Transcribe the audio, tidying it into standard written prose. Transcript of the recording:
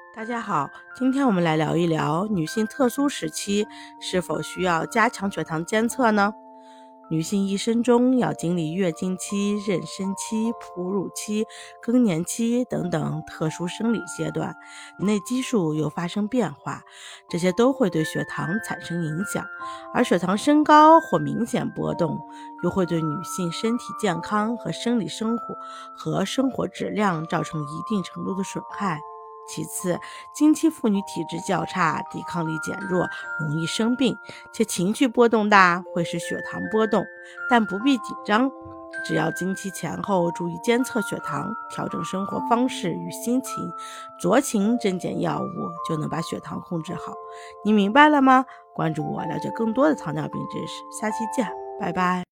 大家好，今天我们来聊一聊女性特殊时期是否需要加强血糖监测呢？女性一生中要经历月经期、妊娠期、哺乳期、更年期等等特殊生理阶段，内激素又发生变化，这些都会对血糖产生影响，而血糖升高或明显波动，又会对女性身体健康和生理生活质量造成一定程度的损害。其次，经期妇女体质较差，抵抗力减弱，容易生病，且情绪波动大，会使血糖波动，但不必紧张。只要经期前后注意监测血糖，调整生活方式与心情，酌情增减药物，就能把血糖控制好。你明白了吗？关注我，了解更多的糖尿病知识。下期见，拜拜。